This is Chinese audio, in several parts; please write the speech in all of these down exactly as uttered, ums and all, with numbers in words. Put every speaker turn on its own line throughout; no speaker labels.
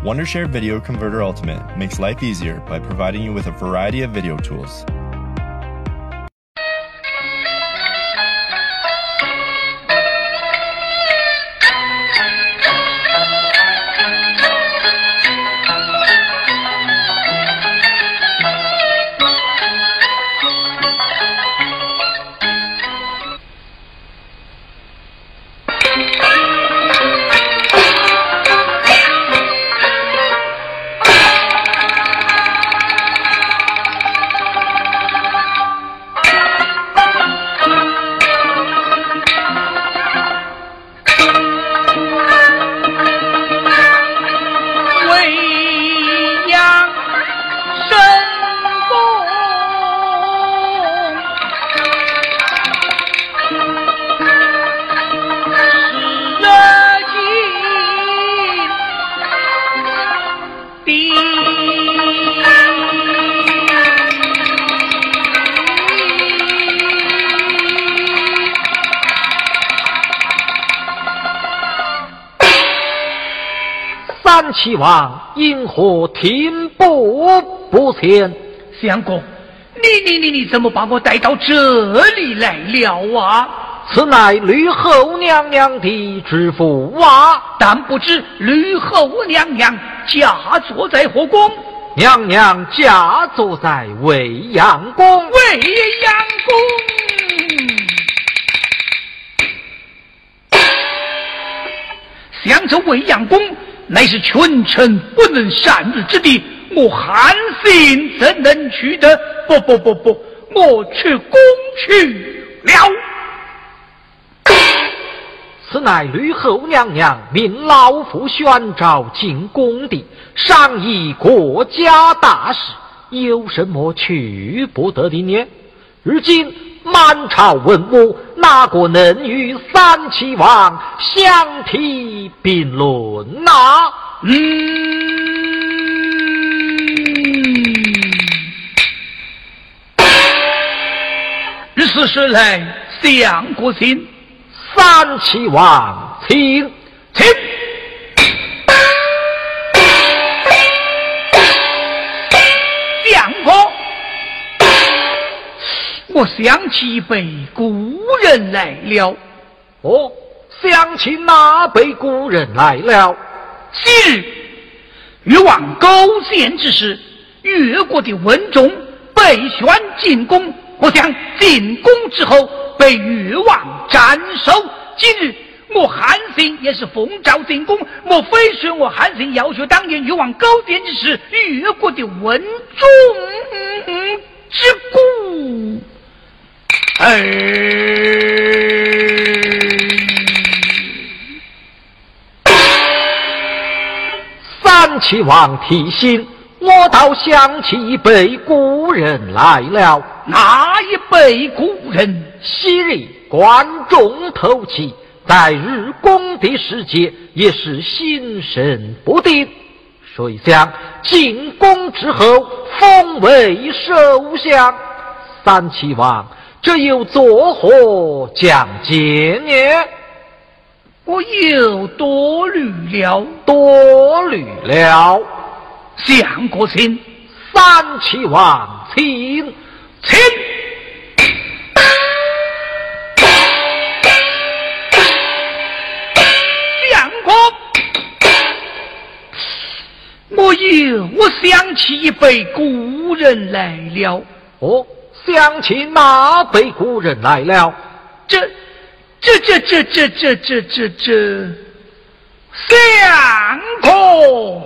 Wondershare Video Converter Ultimate makes life easier by providing you with a variety of video tools.
三齐王因何停步不前？
相公，你你你你怎么把我带到这里来了啊？
此乃吕后娘娘的知府啊！
但不知吕后娘娘驾坐在何宫？
娘娘驾坐在未央宫。
未央宫，襄州未央宫乃是群臣不能擅入之地，我韩信怎能去的？不不不不，我去宫去了。
此乃吕后娘娘命老夫宣召进宫的，商议国家大事，有什么去不得的呢？如今满朝文武，哪个能与三齐王相提并论呐、啊？
嗯，是时来相国心。
三齐王请
请。相公，我想起一位故人来了。
哦，想起哪位故人来了？
昔日越王勾践之时，越国的文种被选进宫，我想进宫之后被越王斩首。今日我韩信也是奉诏进宫，莫非是我韩信要求当年越王勾践之时越国的文种之故？而
三齐王提醒，我倒想起一位故人来了。
哪一位故人？
昔日关中透气，在日宫的世界也是心神不定，谁想进宫之后封为首相。三齐王这又作何讲解呢？
我又多虑了，
多虑了。
相国卿，
三齐王请
请。相国，我又我想起一位故人来了。
哦，想起哪位故人来了？
这这这这这这这这这相公，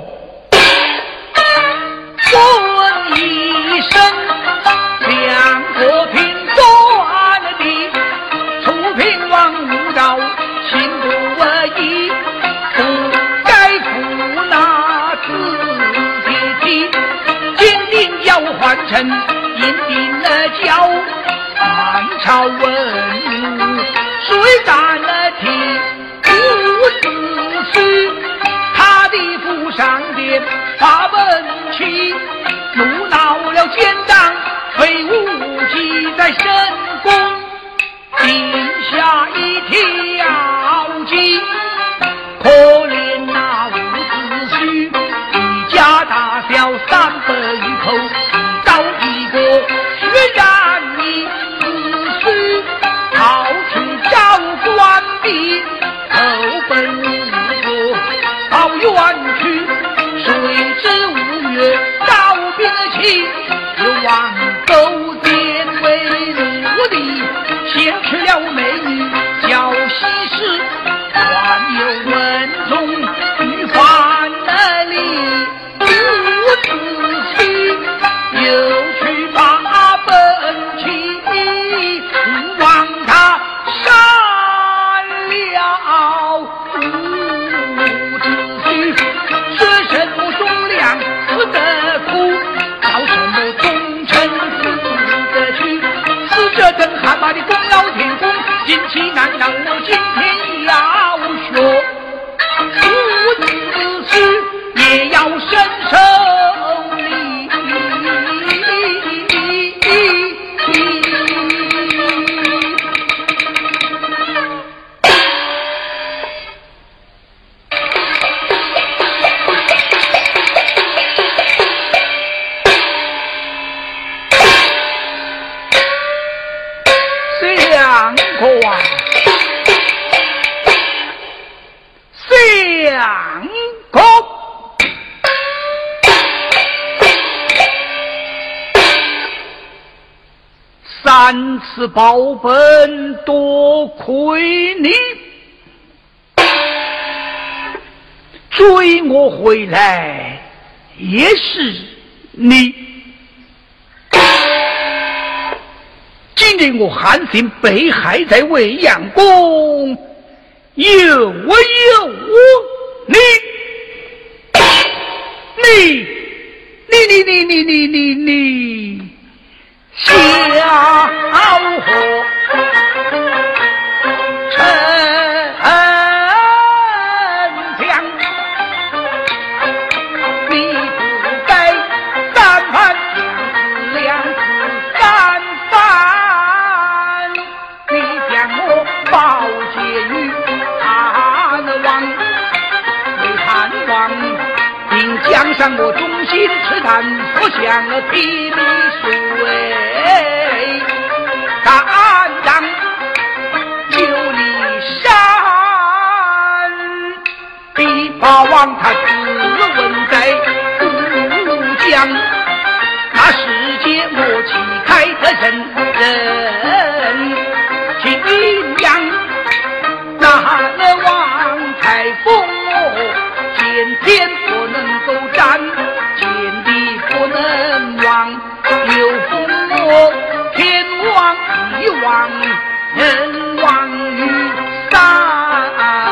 问一声，相国平算了的，楚平王无道，心不义，不该负那自己体，坚定要换成引定了教，满朝文武谁担了题？无思绪，他的府上殿发文气，怒恼了奸党，非武器在深宫，定下一条计。可怜那伍子胥， 人手里。相公啊，相公，三次报本，多亏你追我回来，也是你。今日我韩信被害在未央宫，有我有我你，你你你你你你你你小伙陈强，你不该三番两次三番，你将我报解于汉王，为汉王并江上我忠心赤胆所向了霹雳水，敢让救你山，必把王他自刎在乌江，那世界莫旗开的人人敬仰，那了王太封见天不能够占，见地不能忘，又封我天王一王，人王于三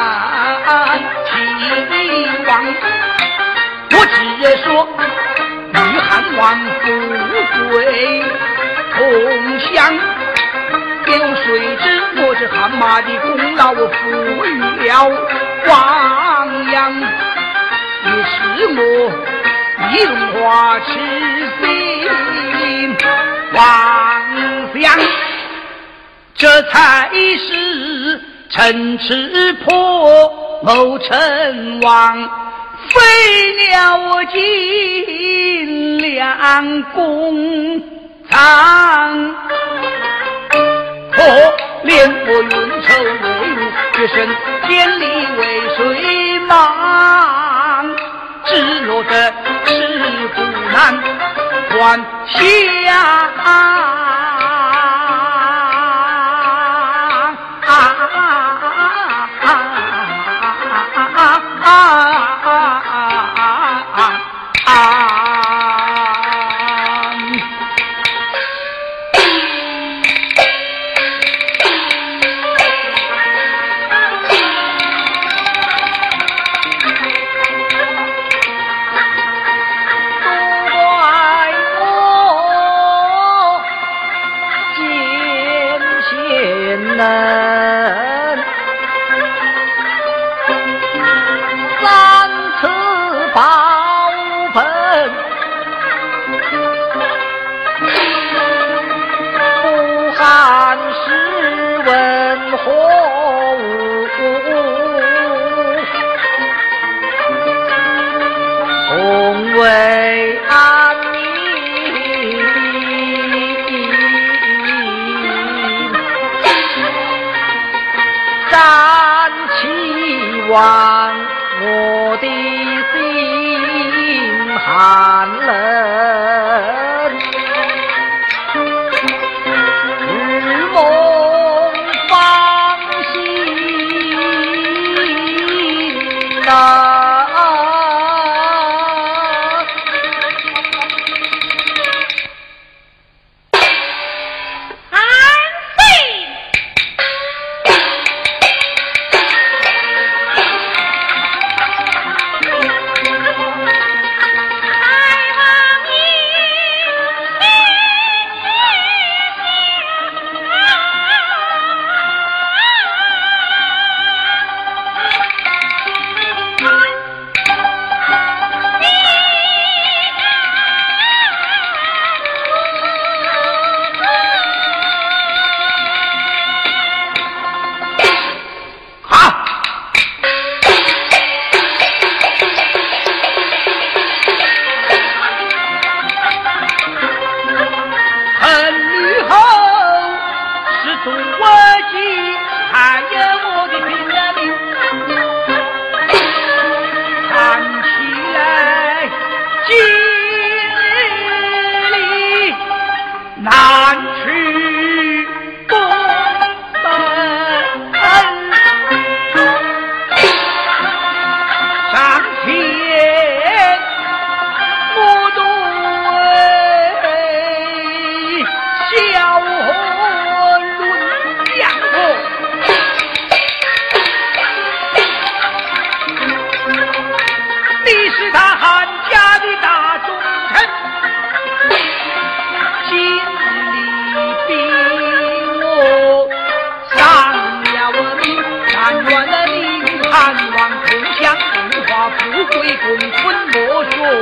齐王。我只说与汉王富贵同享，有谁知我这汗马的功劳赋予了王阳，也是我一龙花痴心妄想，这才是城池破谋成王，飞鸟尽两公堂，可怜我运筹帷幄，决胜千里为水忙，只落得吃苦难还乡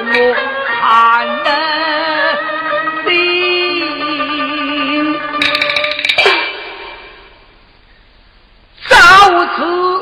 我看灵。早知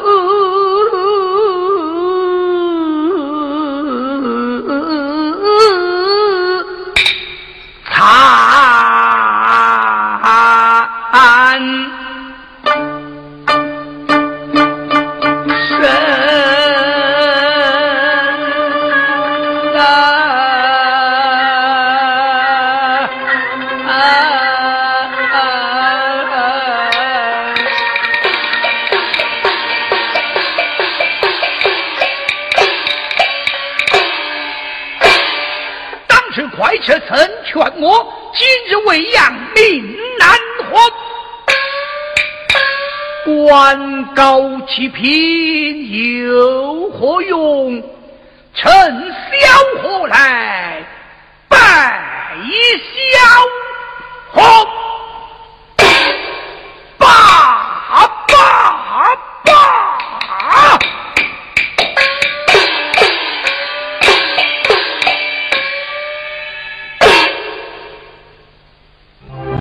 快车曾劝我，今日未央命难还。官高其贫有何用？趁小何来拜谢。